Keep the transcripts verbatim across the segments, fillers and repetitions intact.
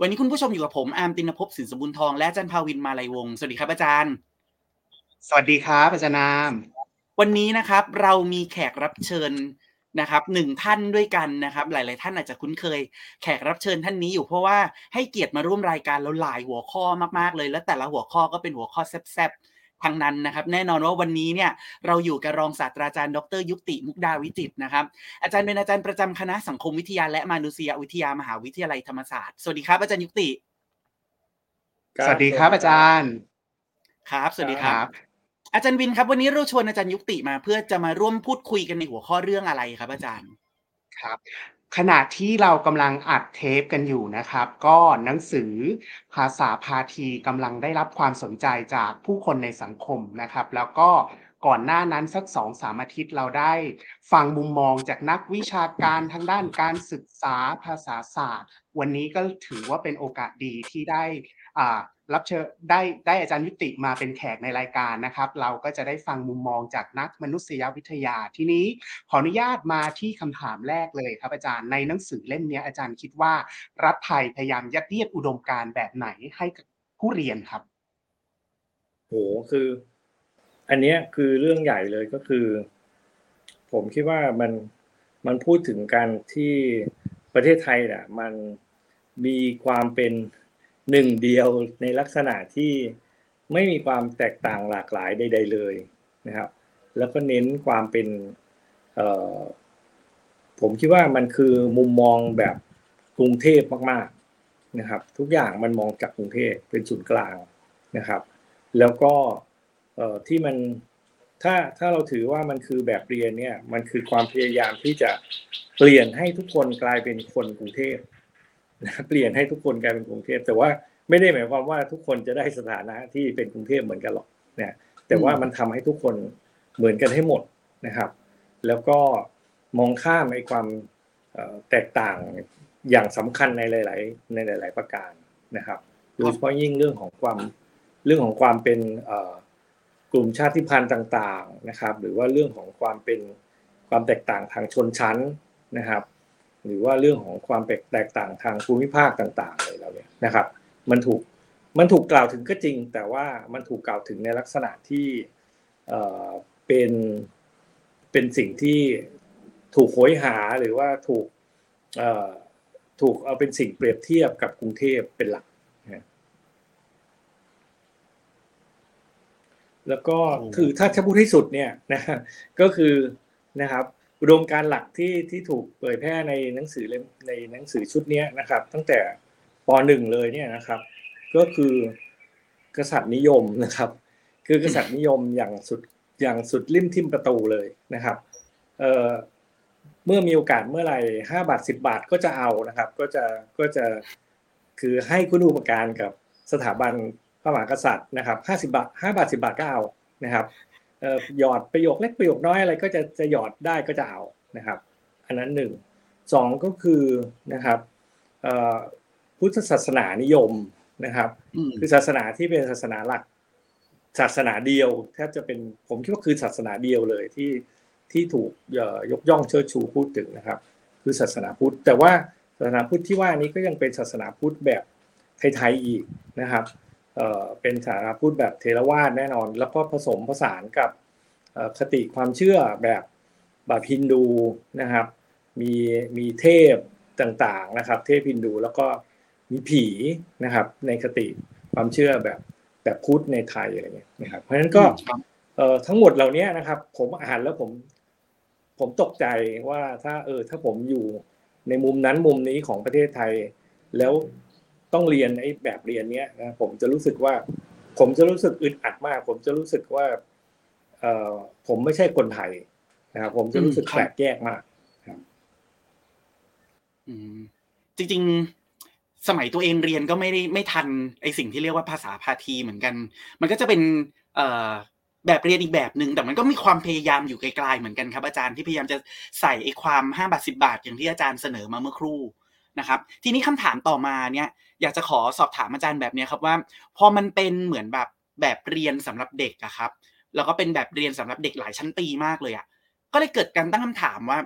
วันนี้คุณผู้ชมอยู่กับผมอาร์มติณภพสินสมบูรณ์ทองและอาจารย์ภาวินมาลัยวงศ์สวัสดีครับอาจารย์สวัสดีครับอาจารย์นามวันนี้นะครับเรามีแขกรับเชิญนะครับหนึ่งท่านด้วยกันนะครับหลายๆท่านอาจจะคุ้นเคยแขกรับเชิญท่านนี้อยู่เพราะว่าให้เกียรติมาร่วมรายการเราหลายหัวข้อมากๆเลยและแต่ละหัวข้อก็เป็นหัวข้อแซ่บๆทั้งนั้นนะครับแน่นอนว่าวันนี้เนี่ยเราอยู่กับรองศาสตราจารย์ดรยุติมุกดาวิจิตรนะครับอาจารย์เป็นอาจารย์ประจำคณะสังคมวิทยาและมานุษยวิทยามหาวิทยาลัยธรรมศาสตร์สวัสดีครับอาจารย์ยุติสวัสดีครับอาจารย์ครับสวัสดีครับอาจารย์วินครับวันนี้เราชวนอาจารย์ยุติมาเพื่อจะมาร่วมพูดคุยกันในหัวข้อเรื่องอะไรครับอาจารย์ครับขณะที่เรากำลังอัดเทปกันอยู่นะครับก็หนังสือภาษาพาทีกำลังได้รับความสนใจจากผู้คนในสังคมนะครับแล้วก็ก่อนหน้านั้นสัก สองถึงสาม อาทิตย์เราได้ฟังมุมมองจากนักวิชาการทางด้านการศึกษาภาษาศาสตร์วันนี้ก็ถือว่าเป็นโอกาสดีที่ได้อ่ารับเชิญได้ได้อาจารย์ยุติมาเป็นแขกในรายการนะครับเราก็จะได้ฟังมุมมองจากนักมนุษยวิทยาทีนี้ขออนุญาตมาที่คำถามแรกเลยครับอาจารย์ในหนังสือเล่มนี้อาจารย์คิดว่ารัฐไทยพยายามยัดเยียดอุดมการณ์แบบไหนให้กับผู้เรียนครับโหคืออันนี้คือเรื่องใหญ่เลยก็คือผมคิดว่ามันมันพูดถึงการที่ประเทศไทยน่ะมันมีความเป็นหนึ่งเดียวในลักษณะที่ไม่มีความแตกต่างหลากหลายใดๆเลยนะครับแล้วก็เน้นความเป็นเอ่อผมคิดว่ามันคือมุมมองแบบกรุงเทพมากๆนะครับทุกอย่างมันมองจากกรุงเทพเป็นศูนย์กลางนะครับแล้วก็เอ่อที่มันถ้าถ้าเราถือว่ามันคือแบบเรียนเนี่ยมันคือความพยายามที่จะเปลี่ยนให้ทุกคนกลายเป็นคนกรุงเทพนะเปลี่ยนให้ทุกคนกลายเป็นกรุงเทพแต่ว่าไม่ได้หมายความว่าทุกคนจะได้สถานะที่เป็นกรุงเทพเหมือนกันหรอกเนี่ยแต่ว่ามันทำให้ทุกคนเหมือนกันให้หมดนะครับแล้วก็มองข้ามไอ้ความแตกต่างอย่างสำคัญในหลายๆในหลายๆประการนะครับโดยเฉพาะยิ่งเรื่องของความเรื่องของความเป็นกลุ่มชาติพันธุ์ต่างๆนะครับหรือว่าเรื่องของความเป็นความแตกต่างทางชนชั้นนะครับหรือว่าเรื่องของความแตกต่างทางภูมิภาคต่างๆอะไรเราเนี่ยนะครับมันถูกมันถูกกล่าวถึงก็จริงแต่ว่ามันถูกกล่าวถึงในลักษณะที่เอ่อเป็นเป็นสิ่งที่ถูกโหยหาหรือว่าถูกเอ่อถูกเอาเป็นสิ่งเปรียบเทียบกับกรุงเทพเป็นหลักนะแล้วก็คือถ้าจะพูดที่สุดเนี่ยนะก็คือนะครับอุดมการณ์หลักที่ที่ถูกเผยแพร่ในหนังสือเล่มในหนังสือชุดนี้นะครับตั้งแต่ป.หนึ่ง เลยเนี่ยนะครับก็คือกษัตริย์นิยมนะครับคือกษัตริย์นิยมอย่างสุดอย่างสุดลิ่มทิ่มประตูเลยนะครับเอ่อเมื่อมีโอกาสเมื่อไหร่ห้าบาทสิบบาทก็จะเอานะครับก็จะก็จะคือให้คุณูปการกับสถาบันพระมหากษัตริย์นะครับห้าสิบบาทห้าบาทสิบบาทก็เอานะครับเอ่อหยอดประโยคเล็กประโยคน้อยอะไรก็จะจะหยอดได้ก็จะเอานะครับอันนั้นหนึ่งสองก็คือนะครับเอ่อพุทธศาสนานิยมนะครับคือศาสนาที่เป็นศาสนาหลักศาสนาเดียวแทบจะเป็นผมคิดว่าคือศาสนาเดียวเลยที่ที่ถูกยกย่องเชิดชูพูดถึงนะครับคือศาสนาพุทธแต่ว่าศาสนาพุทธที่ว่านี้ก็ยังเป็นศาสนาพุทธแบบไทยๆอีกนะครับเอ่อเป็นศาสนาพุทธแบบเถรวาทแน่นอนแล้วก็ผสมผสานกับคติความเชื่อแบบแบบฮินดูนะครับมีมีเทพต่างๆนะครับเทพฮินดูแล้วก็มีผีนะครับในคติความเชื่อแบบแบบพุทธในไทยอะไรเงี้ยนะครับเพราะฉะนั้นก็เอ่อทั้งหมดเหล่านี้นะครับผมอ่านแล้วผมผมตกใจว่าถ้าเออถ้าผมอยู่ในมุมนั้นมุมนี้ของประเทศไทยแล้วต้องเรียนไอ้แบบเรียนเนี้ยนะผมจะรู้สึกว่าผมจะรู้สึกอึดอัดมากผมจะรู้สึกว่าเอ่อผมไม่ใช่คนไทยนะครับผมจะรู้สึกแปลกแยกมากครับอืมจริงๆสมัยตัวเองเรียนก็ไม่ได้ไม่ทันไอ้สิ่งที่เรียกว่าภาษาพาทีเหมือนกันมันก็จะเป็นเอ่อแบบเรียนอีกแบบนึงแต่มันก็มีความพยายามอยู่ไกลๆเหมือนกันครับอาจารย์ที่พยายามจะใส่ไอ้ความห้าบาทสิบบาทอย่างที่อาจารย์เสนอมาเมื่อครู่นะครับทีนี้คำถามต่อมาเนี่ยอยากจะขอสอบถามอาจารย์แบบนี้ครับว่าพอมันเป็นเหมือนแบบแบบเรียนสำหรับเด็กอะครับแล้วก็เป็นแบบเรียนสำหรับเด็กหลายชั้นปีมากเลยอะก็เลยเกิดการตั้งคำถามว่า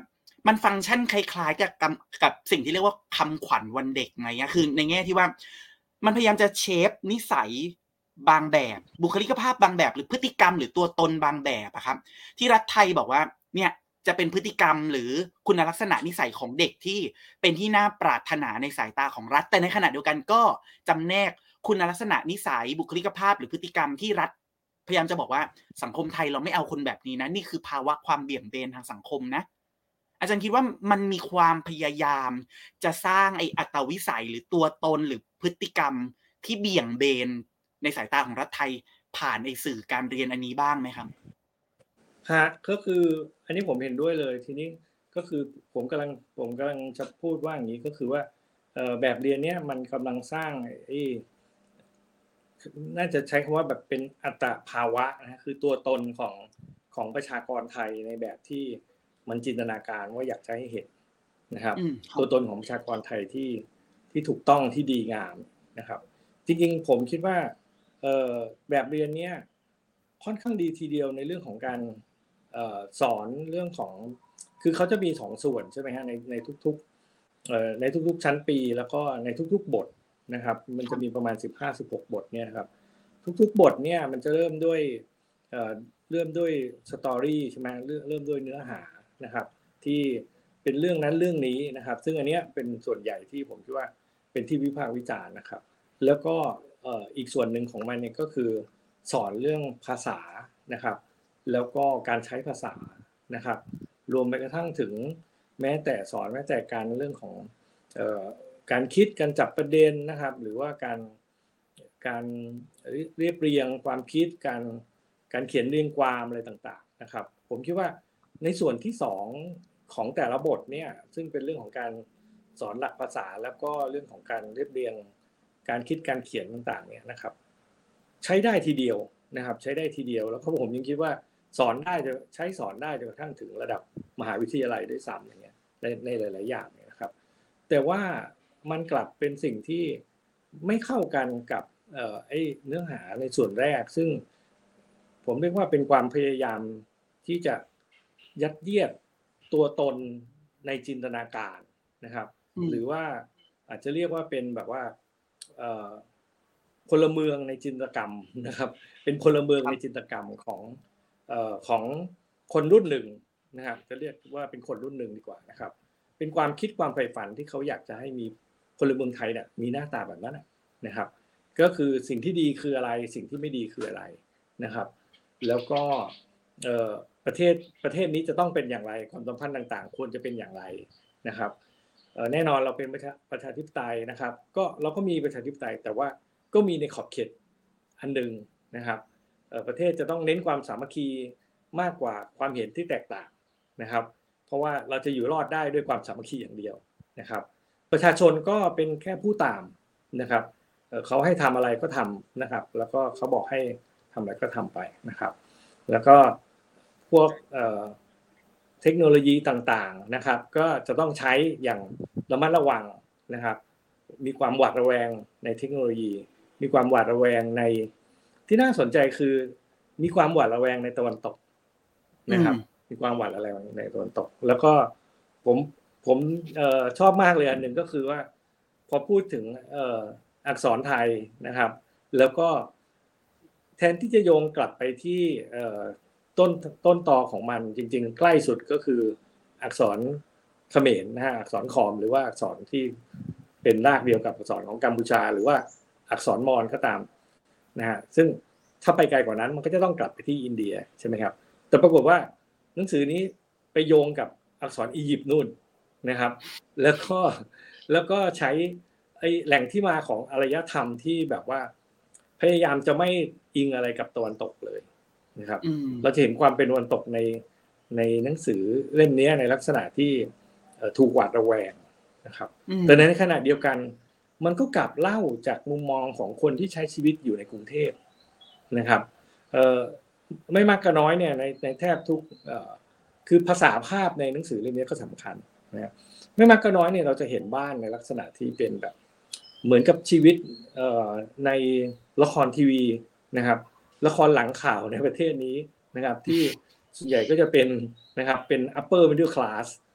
มันฟังก์ชันคล้ายๆกับกับกับสิ่งที่เรียกว่าคำขวัญวันเด็กไงเงี้ยคือในแง่ที่ว่ามันพยายามจะเชฟนิสัยบางแบบบุคลิกภาพบางแบบหรือพฤติกรรมหรือตัวตนบางแบบอะครับที่รัฐไทยบอกว่าเนี่ยจะเป็นพฤติกรรมหรือคุณลักษณะนิสัยของเด็กที่เป็นที่น่าปรารถนาในสายตาของรัฐแต่ในขณะเดียวกันก็จำแนกคุณลักษณะนิสัยบุคลิกภาพหรือพฤติกรรมที่รัฐพยายามจะบอกว่าสังคมไทยเราไม่เอาคนแบบนี้นะนี่คือภาวะความเบี่ยงเบนทางสังคมนะอาจารย์คิดว่ามันมีความพยายามจะสร้างไอ้อัตวิสัยหรือตัวตนหรือพฤติกรรมที่เบี่ยงเบนในสายตาของรัฐไทยผ่านไอ้สื่อการเรียนอันนี้บ้างไหมครับฮะก็คืออันนี้ผมเห็นด้วยเลยทีนี้ก็คือผมกำลังผมกำลังจะพูดว่าอย่างนี้ก็คือว่าเอ่อแบบเรียนเนี้ยมันกำลังสร้างไอ้น่าจะใช้คำว่าแบบเป็นอัตภาวะนะคือตัวตนของของประชากรไทยในแบบที่มันจินตนาการว่าอยากจะให้เห็นนะครับตัวตนของประชากรไทยที่ที่ถูกต้องที่ดีงามนะครับจริงๆผมคิดว่าเอ่อแบบเรียนเนี้ยค่อนข้างดีทีเดียวในเรื่องของการเอ่อสอนเรื่องของคือเขาจะมีสองส่วนใช่ไหมฮะในในทุกๆเอ่อในทุกๆชั้นปีแล้วก็ในทุกๆบทนะครับมันจะมีประมาณสิบห้า สิบหกบทเนี่ยครับทุกๆบทเนี่ยมันจะเริ่มด้วยเอ่อเริ่มด้วยสตอรี่ใช่ไหมเริ่มเริ่มด้วยเนื้อหานะครับที่เป็นเรื่องนั้นเรื่องนี้นะครับซึ่งอันเนี้ยเป็นส่วนใหญ่ที่ผมคิดว่าเป็นที่วิพากษ์วิจารณ์นะครับแล้วก็เอ่ออีกส่วนหนึ่งของมันเนี่ยก็คือสอนเรื่องภาษานะครับแล้วก็การใช้ภาษานะครับรวมไปกระทั่งถึงแม้แต่สอนแม้แต่การเรื่องของเอ่อการคิดการจับประเด็นนะครับหรือว่าการการเรียบเรียงความคิดการการเขียนเรียงความอะไรต่างๆนะครับผมคิดว่าในส่วนที่สองของแต่ละบทเนี่ยซึ่งเป็นเรื่องของการสอนหลักภาษาแล้วก็เรื่องของการเรียบเรียงการคิดการเขียนต่างๆเนี่ยนะครับใช้ได้ทีเดียวนะครับใช้ได้ทีเดียวแล้วก็ผมยังคิดว่าสอนได้จะใช้สอนได้จนกระทั่งถึงระดับมหาวิทยาลัยด้วยซ้ำอย่างเงี้ยในในหลายๆอย่างเนี่ยนะครับแต่ว่ามันกลับเป็นสิ่งที่ไม่เข้ากันกับเอ่อไอ้เนื้อหาในส่วนแรกซึ่งผมเรียกว่าเป็นความพยายามที่จะยัดเยียดตัวตนในจินตนาการนะครับหรือว่าอาจจะเรียกว่าเป็นแบบว่าเอ่อพลเมืองในจินตกรรมนะครับเป็นพลเมืองในจินตกรรมของเอ่อของคนรุ่นหนึ่งนะครับจะเรียกว่าเป็นคนรุ่นหนึ่งดีกว่านะครับเป็นความคิดความใฝ่ฝันที่เขาอยากจะให้มีพลเมืองไทยเนี่ยมีหน้าตาแบบนั้นนะครับก็คือสิ่งที่ดีคืออะไรสิ่งที่ไม่ดีคืออะไรนะครับแล้วก็เอ่อประเทศประเทศนี้จะต้องเป็นอย่างไรความสัมพันธ์ต่างๆควรจะเป็นอย่างไรนะครับเอ่อแน่นอนเราเป็นประชาประชาธิปไตยนะครับก็เราก็มีประชาธิปไตยแต่ว่าก็มีในขอบเขตอันนึงนะครับเอ่อประเทศจะต้องเน้นความสามัคคีมากกว่าความเห็นที่แตกต่างนะครับเพราะว่าเราจะอยู่รอดได้ด้วยความสามัคคีอย่างเดียวนะครับประชาชนก็เป็นแค่ผู้ตามนะครับเอ่อเขาให้ทำอะไรก็ทำนะครับแล้วก็เขาบอกให้ทำอะไรก็ทำไปนะครับแล้วก็พวกเอ่อเทคโนโลยีต่างๆนะครับก็จะต้องใช้อย่างระมัดระวังนะครับมีความหวาดระแวงในเทคโนโลยีมีความหวาดระแวงในที่น่าสนใจคือมีความหวาดระแวงในตะวันตกนะครับมีความหวาดระแวงในตะวันตกแล้วก็ผมผมเอ่อชอบมากเลยอันหนึ่งก็คือว่าพอพูดถึงเอ่ออักษรไทยนะครับแล้วก็แทนที่จะโยงกลับไปที่เอ่อต้นต้นตอของมันจริงๆใกล้สุดก็คืออักษรเขมรนะฮะอักษรขอมหรือว่าอักษรที่เป็นรากเดียวกับอักษรของกัมพูชาหรือว่าอักษรมอญก็ตามนะฮะซึ่งถ้าไปไกลกว่านั้นมันก็จะต้องกลับไปที่อินเดียใช่ไหมครับแต่ปรากฏว่าหนังสือนี้ไปโยงกับอักษรอียิปต์นู่นนะครับแล้วก็แล้วก็ใช้ไอ้แหล่งที่มาของอารยธรรมที่แบบว่าพยายามจะไม่อิงอะไรกับตะวันตกเลยนะครับเราจะเห็นความเป็นตะวันตกในในหนังสือเล่มนี้ในลักษณะที่ถูกหวาดระแวงนะครับแต่ในขณะเดียวกันมันก็กลับเล่าจากมุมมองของคนที่ใช้ชีวิตอยู่ในกรุงเทพนะครับเอ่อไม่มากก็น้อยเนี่ยในในแทบทุกเอ่อคือภาษาภาพในหนังสือเล่มนี้ก็สำคัญนะครับไม่มากก็น้อยเนี่ยเราจะเห็นบ้านในลักษณะที่เป็นแบบเหมือนกับชีวิตเอ่อในละครทีวีนะครับละครหลังข่าวในประเทศนี้นะครับที่ส่วนใหญ่ก็จะเป็นนะครับเป็น upper middle class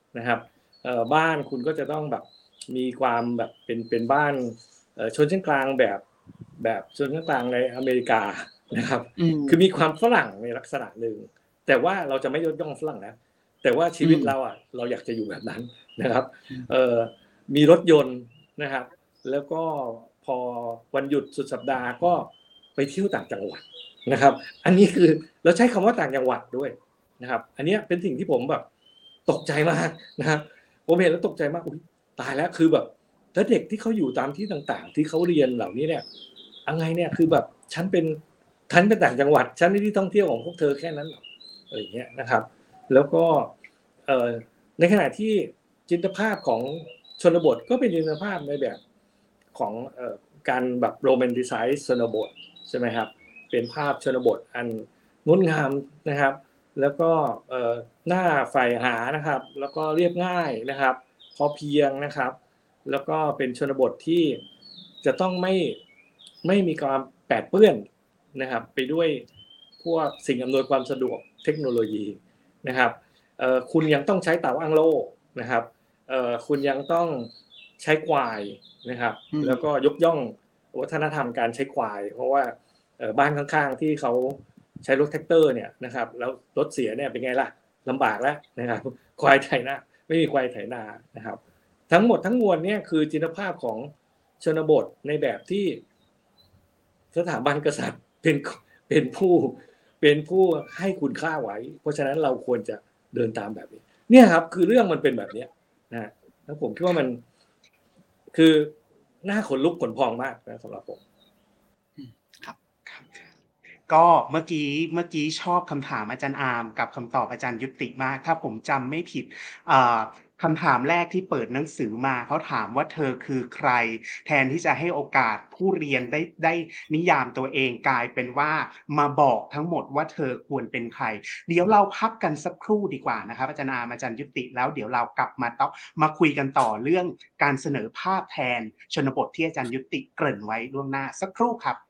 นะครับเอ่อบ้านคุณก็จะต้องแบบมีความแบบเป็นเป็นบ้านเอ่อชนชั้นกลางแบบแบบชนชั้นกลางในอเมริกานะครับคือมีความฝรั่งในลักษณะหนึ่งแต่ว่าเราจะไม่ยกย่องฝรั่งนะแต่ว่าชีวิตเราอ่ะเราอยากจะอยู่แบบนั้นนะครับเอ่อมีรถยนต์นะครับแล้วก็พอวันหยุดสุดสัปดาห์ก็ไปเที่ยวต่างจังหวัดนะครับอันนี้คือเราใช้คำว่าต่างจังหวัดด้วยนะครับอันนี้เป็นสิ่งที่ผมแบบตกใจมากนะครับผมเห็นแล้วตกใจมากอุ๊ยตายแล้วคือแบบถ้าเด็กที่เขาอยู่ตามที่ต่างๆที่เขาเรียนเหล่านี้เนี่ยอะไรเนี่ยคือแบบฉันเป็นฉันเป็นต่างจังหวัดฉันเป็นที่ท่องเที่ยวของพวกเธอแค่นั้นหรออะไรอย่างเงี้ยนะครับแล้วก็เอ่อในขณะที่จินตภาพของชนบทก็เป็นจินตภาพในแบบของเอ่อการแบบโรแมนติไซซ์ชนบทใช่ไหมครับเป็นภาพชนบทอันงดงามนะครับแล้วก็เอ่อหน้าใฝ่หานะครับแล้วก็เรียบง่ายนะครับพอเพียงนะครับแล้วก็เป็นชนบทที่จะต้องไม่ไม่มีความแปดเปื้อนนะครับไปด้วยพวกสิ่งอำนวยความสะดวกเทคโนโลยีนะครับเอ่อคุณยังต้องใช้เตาอั้งโล่นะครับเอ่อคุณยังต้องใช้ควายนะครับแล้วก็ยกย่องวัฒนธรรมการใช้ควายเพราะว่าเอ่อบ้านข้างๆที่เขาใช้รถแท็กเตอร์เนี่ยนะครับแล้วรถเสียเนี่ยเป็นไงล่ะลำบากแล้วนะครับควายไถนาไม่มีควายไถนานะครับทั้งหมดทั้งมวลเนี่ยคือจินตภาพของชนบทในแบบที่สถาบันกษัตริย์เป็นเป็นผู้เป็นผู้ให้คุณค่าไว้เพราะฉะนั้นเราควรจะเดินตามแบบนี้เนี่ยครับคือเรื่องมันเป็นแบบนี้นะแล้วผมคิดว่ามันคือน่าขนลุกขนพองมากนะสำหรับผมครับก็เมื่อกี้เมื่อกี้ชอบคำถามอาจารย์อาร์มกับคำตอบอาจารย์ยุติมากถ้าผมจำไม่ผิดคำถามแรกที่เปิดหนังสือมาเขาถามว่าเธอคือใครแทนที่จะให้โอกาสผู้เรียนได้ได้นิยามตัวเองกลายเป็นว่ามาบอกทั้งหมดว่าเธอควรเป็นใครเดี๋ยวเราพักกันสักครู่ดีกว่านะครับอาจารย์อาร์มอาจารย์ยุติแล้วเดี๋ยวเรากลับมาต่อมาคุยกันต่อเรื่องการเสนอภาพแทนชนบทที่อาจารย์ยุติเกริ่นไว้ล่วงหน้าสักครู่ครับ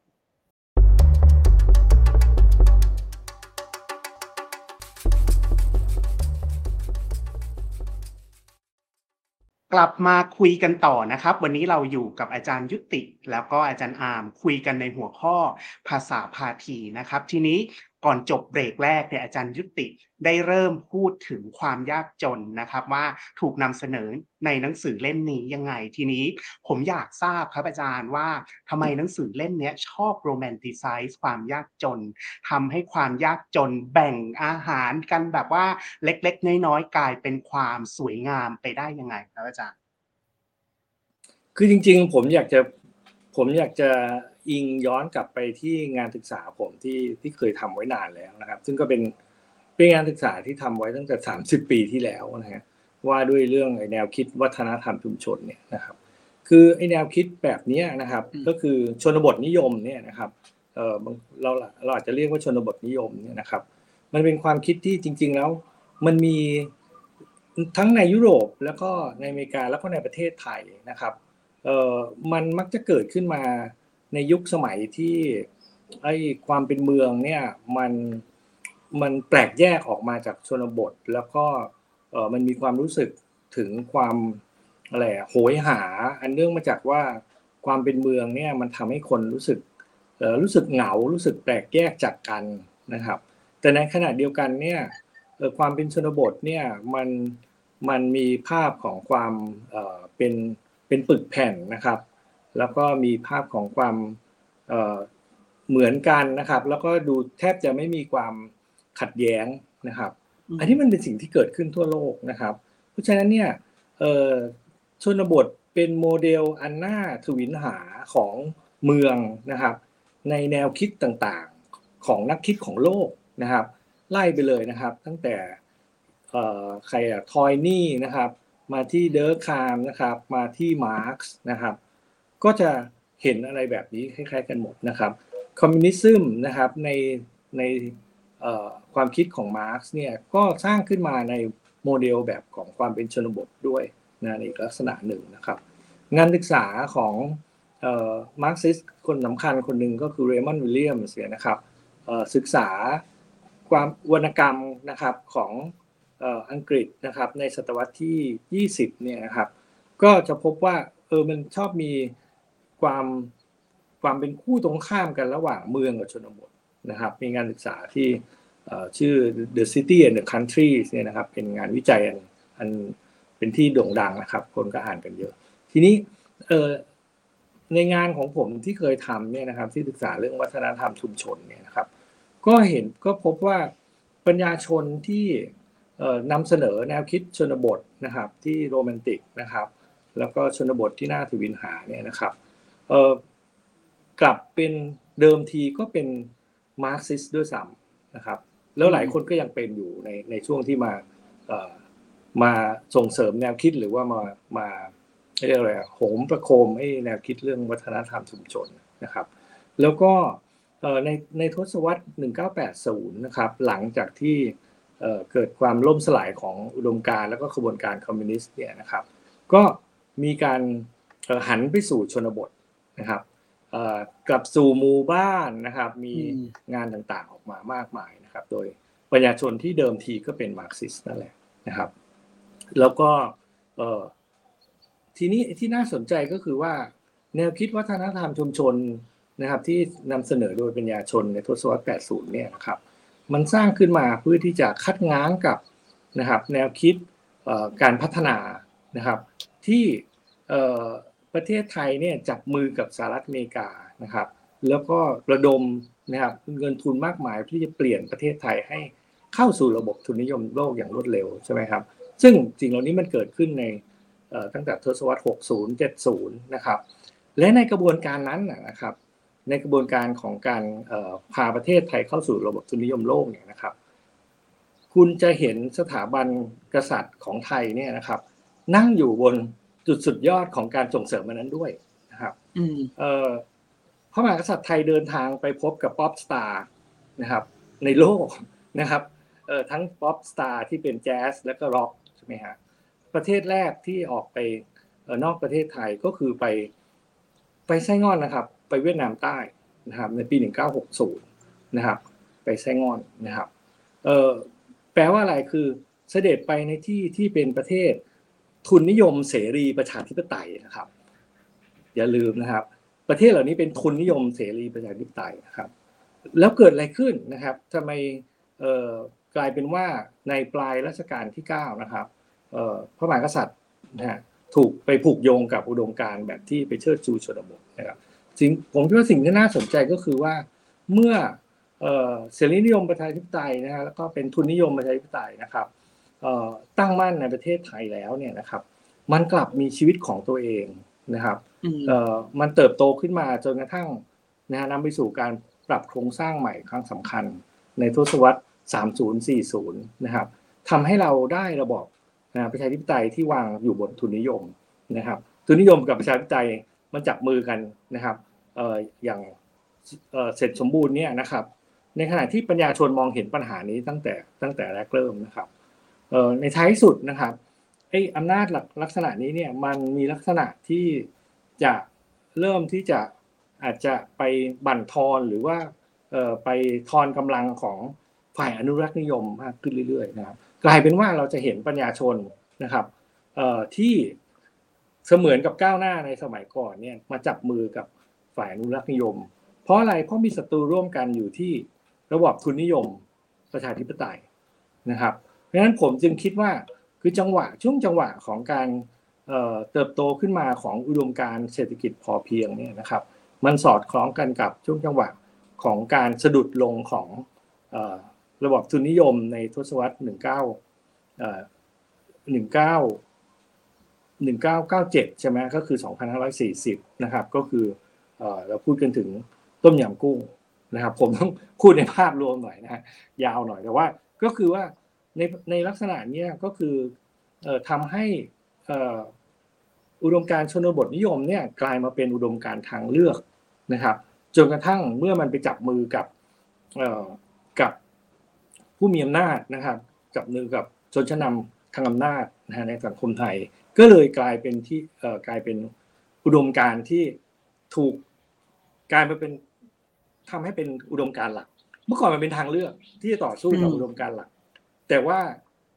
กลับมาคุยกันต่อนะครับวันนี้เราอยู่กับอาจารย์ยุติแล้วก็อาจารย์อาร์มคุยกันในหัวข้อภาษาพาทีนะครับทีนี้ก่อนจบเบรกแรกเนี่ยอาจารย์ยุติได้เริ่มพูดถึงความยากจนนะครับว่าถูกนำเสนอในหนังสือเล่มนี้ยังไงทีนี้ผมอยากทราบครับอาจารย์ว่าทำไมหนังสือเล่มนี้ชอบโรแมนติไซซ์ความยากจนทำให้ความยากจนแบ่งอาหารกันแบบว่าเล็กๆน้อยๆกลายเป็นความสวยงามไปได้ยังไงครับอาจารย์คือจริงๆผมอยากจะผมอยากจะอิงย้อนกลับไปที่งานศึกษาผมที่ที่เคยทำไว้นานแล้วนะครับซึ่งก็เป็นเป็นงานศึกษาที่ทำไว้ตั้งแต่สามสิบปีที่แล้วนะฮะว่าด้วยเรื่องไอ้แนวคิดวัฒนธรรมชุมชนเนี่ยนะครับคือไอ้แนวคิดแบบนี้นะครับก็คือชนบทนิยมเนี่ยนะครับเอ่อเราเราอาจจะเรียกว่าชนบทนิยมเนี่ยนะครับมันเป็นความคิดที่จริงๆแล้วมันมีทั้งในยุโรปแล้วก็ในอเมริกาแล้วก็ในประเทศไทยนะครับเอ่อมันมักจะเกิดขึ้นมาในยุคสมัยที่ไอ้ความเป็นเมืองเนี่ยมันมันแปลกแยกออกมาจากชนบทแล้วก็เอ่อมันมีความรู้สึกถึงความอะไรโหยหาอันเนื่องมาจากว่าความเป็นเมืองเนี่ยมันทำให้คนรู้สึกเอ่อรู้สึกเหงารู้สึกแปลกแยกจากกันนะครับแต่ในขณะเดียวกันเนี่ยเอ่อความเป็นชนบทเนี่ยมันมันมีภาพของความเอ่อเป็นเป็นปึกแผ่นนะครับแล้วก็มีภาพของความเอ่อเหมือนกันนะครับแล้วก็ดูแทบจะไม่มีความขัดแย้งนะครับอันนี้มันเป็นสิ่งที่เกิดขึ้นทั่วโลกนะครับเพราะฉะนั้นเนี่ยเอ่อชนบทเป็นโมเดลอันน่าทวินหาของเมืองนะครับในแนวคิดต่างๆของนักคิดของโลกนะครับไล่ไปเลยนะครับตั้งแต่เอ่อใครอะทอยนี่นะครับมาที่เดอร์คามนะครับมาที่มาร์กซ์นะครับก็จะเห็นอะไรแบบนี้คล้ายๆกันหมดนะครับคอมมิวนิซึมนะครับในในความคิดของมาร์กซ์เนี่ยก็สร้างขึ้นมาในโมเดลแบบของความเป็นชนบทด้วยนะในลักษณะหนึ่งนะครับงานศึกษาของมาร์กซิสคนสำคัญคนหนึ่งก็คือเรย์มอนด์วิลเลียมส์นะครับศึกษาความวรรณกรรมนะครับของเอ่ออังกฤษนะครับในศตวรรษที่ยี่สิบเนี่ยนะครับก็จะพบว่าเออมันชอบมีความความเป็นคู่ตรงข้ามกันระหว่างเมืองกับชนบทนะครับมีงานศึกษาที่เอ่อชื่อ The City and the Countries เนี่ยนะครับเป็นงานวิจัยอันอันเป็นที่โด่งดังนะครับคนก็อ่านกันเยอะทีนี้เอ่อในงานของผมที่เคยทำเนี่ยนะครับที่ศึกษาเรื่องวัฒนธรรมชุมชนเนี่ยนะครับก็เห็นก็พบว่าปัญญาชนที่เอ่อนำเสนอแนวคิดชนบทนะครับที่โรแมนติกนะครับแล้วก็ชนบทที่น่าทวินหาเนี่ยนะครับเอ่อกลับเป็นเดิมทีก็เป็นมาร์กซิสต์ด้วยซ้ำนะครับแล้วหลายคนก็ยังเป็นอยู่ในในช่วงที่มาเอ่อมาส่งเสริมแนวคิดหรือว่ามามาเรียกอะไรโหมประโคมให้แนวคิดเรื่องวัฒนธรรมชุมชนนะครับแล้วก็เอ่อในในทศวรรษหนึ่งพันเก้าร้อยแปดสิบนะครับหลังจากที่เอ่อเกิดความล่มสลายของอุดมการณ์แล้วก็ขบวนการคอมมิวนิสต์เนี่ยนะครับก็มีการเอ่อหันไปสู่ชนบทนะครับเอ่อกลับสู่หมู่บ้านนะครับมีงานต่างๆออกมามากมายนะครับโดยปัญญาชนที่เดิมทีก็เป็นมาร์กซิสต์นั่นแหละนะครับแล้วก็เอ่อทีนี้ที่น่าสนใจก็คือว่าแนวคิดวัฒนธรรมชุมชนนะครับที่นำเสนอโดยปัญญาชนในทศวรรษแปดสิบเนี่ยนะครับมันสร้างขึ้นมาเพื่อที่จะคัดง้างกับนะครับแนวคิดเอ่อการพัฒนานะครับที่เอ่อประเทศไทยเนี่ยจับมือกับสหรัฐอเมริกานะครับแล้วก็ระดมนะครับเงินทุนมากมายที่จะเปลี่ยนประเทศไทยให้เข้าสู่ระบบทุนนิยมโลกอย่างรวดเร็วใช่ไหมครับซึ่งสิ่งเหล่านี้มันเกิดขึ้นในตั้งแต่ทศวรรษหกสิบ เจ็ดสิบนะครับและในกระบวนการนั้นนะครับในกระบวนการของการพาประเทศไทยเข้าสู่ระบบทุนนิยมโลกเนี่ยนะครับคุณจะเห็นสถาบันกษัตริย์ของไทยเนี่ยนะครับนั่งอยู่บนจุดสุดยอดของการส่งเสริมมันนั้นด้วยนะครับพระมหากษัตริย์ไทยเดินทางไปพบกับป๊อปสตาร์นะครับในโลกนะครับทั้งป๊อปสตาร์ที่เป็นแจ๊สและก็ร็อกใช่ไหมฮะประเทศแรกที่ออกไปนอกประเทศไทยก็คือไปไปไส้งอนนะครับไปเวียดนามใต้นะครับในปีหนึ่งพันเก้าร้อยหกสิบนะครับไปไส้งอนนะครับเอ่อแปลว่าอะไรคือเสด็จไปในที่ที่เป็นประเทศทุนนิยมเสรีประชาธิปไตยนะครับอย่าลืมนะครับประเทศเหล่านี้เป็นทุนนิยมเสรีประชาธิปไตยนะครับแล้วเกิดอะไรขึ้นนะครับทำไมเอ่อกลายเป็นว่าในปลายรัชกาลที่เก้านะครับพระมหากษัตริย์นะฮะถูกไปผูกโยงกับอุดมการณ์แบบที่ไปเชิดชูชนบทนะครับสิ่งผมคิดว่าสิ่งที่น่าสนใจก็คือว่าเมื่อเสรีนิยมประชาธิปไตยนะฮะแล้วก็เป็นทุนนิยมประชาธิปไตยนะครับตั้งมั่นในประเทศไทยแล้วเนี่ยนะครับมันกลับมีชีวิตของตัวเองนะครับมันเติบโตขึ้นมาจนกระทั่งนะฮะนำไปสู่การปรับโครงสร้างใหม่ครั้งสำคัญในทศวรรษสามสิบ สี่สิบนะครับทำให้เราได้ระบอบประชาธิปไตยที่วางอยู่บนทุนนิยมนะครับทุนนิยมกับประชาธิปไตยมันจับมือกันนะครับเอ่ออย่างเอ่อเสร็จสมบูรณ์เนี่ยนะครับในขณะที่ปัญญาชนมองเห็นปัญหานี้ตั้งแต่ตั้งแต่แรกเริ่มนะครับเอ่อในท้ายสุดนะครับไอ้อำนาจลักษณะนี้เนี่ยมันมีลักษณะที่จะเริ่มที่จะอาจจะไปบั่นทอนหรือว่าเอ่อไปทอนกำลังของฝ่ายอนุรักษ์นิยมมากขึ้นเรื่อยๆนะครับกลายเป็นว่าเราจะเห็นปัญญาชนนะครับเอ่อที่เสมือนกับก้าวหน้าในสมัยก่อนเนี่ยมาจับมือกับฝ่ายอนุรักษ์นิยมเพราะอะไรเพราะมีศัตรูร่วมกันอยู่ที่ระบอบทุนนิยมประชาธิปไตยนะครับเพราะฉะนั้นผมจึงคิดว่าคือจังหวะช่วงจังหวะของการเอ่อเติบโตขึ้นมาของอุดมการณ์เศรษฐกิจพอเพียงเนี่ยนะครับมันสอดคล้องกันกับช่วงจังหวะของการสะดุดลงของเอ่อระบอบทุนนิยมในทศวรรษหนึ่งพันเก้าร้อยเอ่อหนึ่งพันเก้าร้อย หนึ่งพันเก้าร้อยเก้าสิบเจ็ดใช่ไหมก็คือสองพันห้าร้อยสี่สิบนะครับก็คือเอ่อเราพูดกันถึงต้มยำกุ้งนะครับผมต้องพูดในภาพรวมหน่อยนะฮะยาวหน่อยแต่ว่าก็คือว่าในในลักษณะนี้ก็คือเอ่อทำให้เอ่ออุดมการณ์ชนบทนิยมเนี่ยกลายมาเป็นอุดมการณ์ทางเลือกนะครับจนกระทั่งเมื่อมันไปจับมือกับเอ่อกับผู้มีอำนาจนะครับจับมือกับชนชั้นนำทางอำนาจนะฮะในสังคมไทยก็เลยกลายเป็นที่เอ่อกลายเป็นอุดมการณ์ที่ถูกกลายมาเป็นทำให้เป็นอุดมการณ์หลักเมื่อก่อนมันเป็นทางเลือกที่จะต่อสู้กับอุดมการณ์หลักแต่ว่า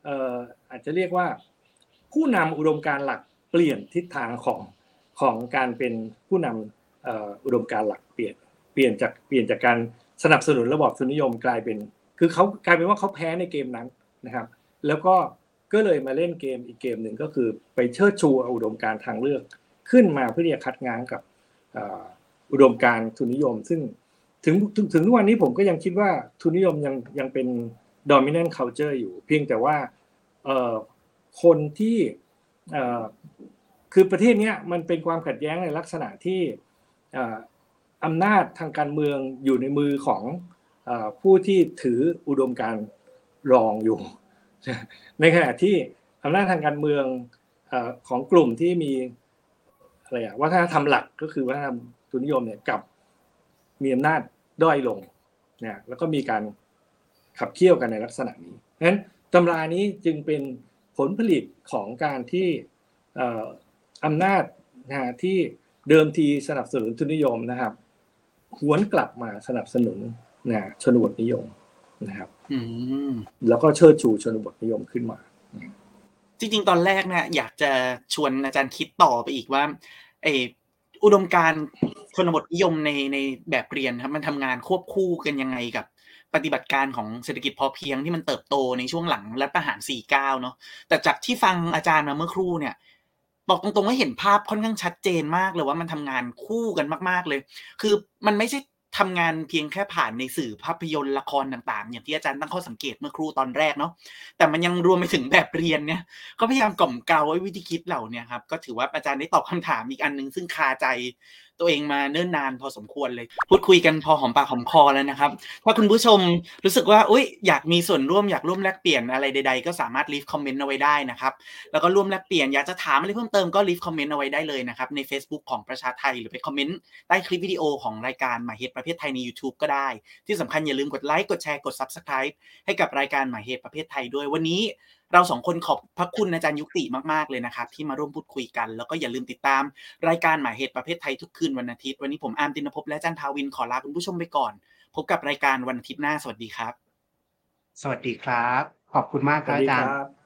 เอ่ออาจจะเรียกว่าผู้นำอุดมการณ์หลักเปลี่ยนทิศทางของของการเป็นผู้นำเอ่ออุดมการณ์หลักเปลี่ยนเปลี่ยนจากเปลี่ยนจากการสนับสนุนระบอบทุนนิยมกลายเป็นคือเขากลายเป็นว่าเขาแพ้ในเกมนั้นนะครับแล้วก็ก็เลยมาเล่นเกมอีกเกมหนึ่งก็คือไปเชิดชูอุดมการณ์ทางเลือกขึ้นมาเพื่อที่จะคัดง้างกับอุดมการณ์ทุนนิยมซึ่งถึงถึงถึงทุกวันนี้ผมก็ยังคิดว่าทุนนิยมยังยังเป็น dominant culture อยู่เพียงแต่ว่าเอ่อคนที่เอ่อคือประเทศนี้มันเป็นความขัดแย้งในลักษณะที่เอ่ออำนาจทางการเมืองอยู่ในมือของเอ่อผู้ที่ถืออุดมการณ์รองอยู่ในขณะที่อำนาจทางการเมืองเอ่อของกลุ่มที่มีอะไรอะวัฒนธรรมหลักก็คือวัฒนธรรมทุนนิยมเนี่ยกับมีอำนาจด้อยลงเนี่ยแล้วก็มีการขับเคี่ยวกันในลักษณะนี้เพราะฉะนั้นตำรานี้จึงเป็นผลผลิตของการที่อำนาจนะที่เดิมทีสนับสนุนทุนนิยมนะครับหวนกลับมาสนับสนุนนะชนบทนิยมนะครับแล้วก็เชิดชูชนบทนิยมขึ้นมาจริงๆตอนแรกเนี่ยอยากจะชวนอาจารย์คิดต่อไปอีกว่าไออุดมการณ์ชนบทนิยมในในแบบเรียนครับมันทำงานควบคู่กันยังไงกับปฏิบัติการของเศรษฐกิจพอเพียงที่มันเติบโตในช่วงหลังรัฐประหารสี่สิบเก้าเนาะแต่จากที่ฟังอาจารย์มาเมื่อครู่เนี่ยบอกตรงๆว่าเห็นภาพค่อนข้างชัดเจนมากเลยว่ามันทำงานคู่กันมากๆเลยคือมันไม่ใช่ทำงานเพียงแค่ผ่านในสื่อภาพยนตร์ละครต่างๆอย่างที่อาจารย์ตั้งข้อสังเกตเมื่อครู่ตอนแรกเนาะแต่มันยังรวมไปถึงแบบเรียนเนี่ยก็พยายามกล่อมเกลาวิธีคิดเหล่านี้ครับก็ถือว่าอาจารย์ได้ตอบคำถามอีกอันนึงซึ่งคาใจตัวเองมาเนิ่นนานพอสมควรเลยพูดคุยกันพอหอมปากหอมคอแล้วนะครับถ้าคุณผู้ชมรู้สึกว่าอุ๊ยอยากมีส่วนร่วมอยากร่วมแลกเปลี่ยนอะไรใดๆก็สามารถ leave comment เอาไว้ได้นะครับแล้วก็ร่วมแลกเปลี่ยนอยากจะถามอะไรเพิ่มเติมก็ leave comment เอาไว้ได้เลยนะครับใน Facebook ของประชาไทยหรือไปคอมเมนต์ใต้คลิปวิดีโอของรายการหมายเหตุประเภทไทยใน YouTube ก็ได้ที่สำคัญอย่าลืมกดไลค์กดแชร์กด Subscribe ให้กับรายการหมายเหตุประเภทไทยด้วยวันนี้เราสองคนขอบพระคุณอาจารย์ยุติมากๆเลยนะครับที่มาร่วมพูดคุยกันแล้วก็อย่าลืมติดตามรายการหมายเหตุประเภทไทยทุกคืนวันอาทิตย์วันนี้ผมอาร์มตินภพและอาจารย์ทาวินขอลาคุณผู้ชมไปก่อนพบกับรายการวันอาทิตย์หน้าสวัสดีครับสวัสดีครับขอบคุณมากครับอาจารย์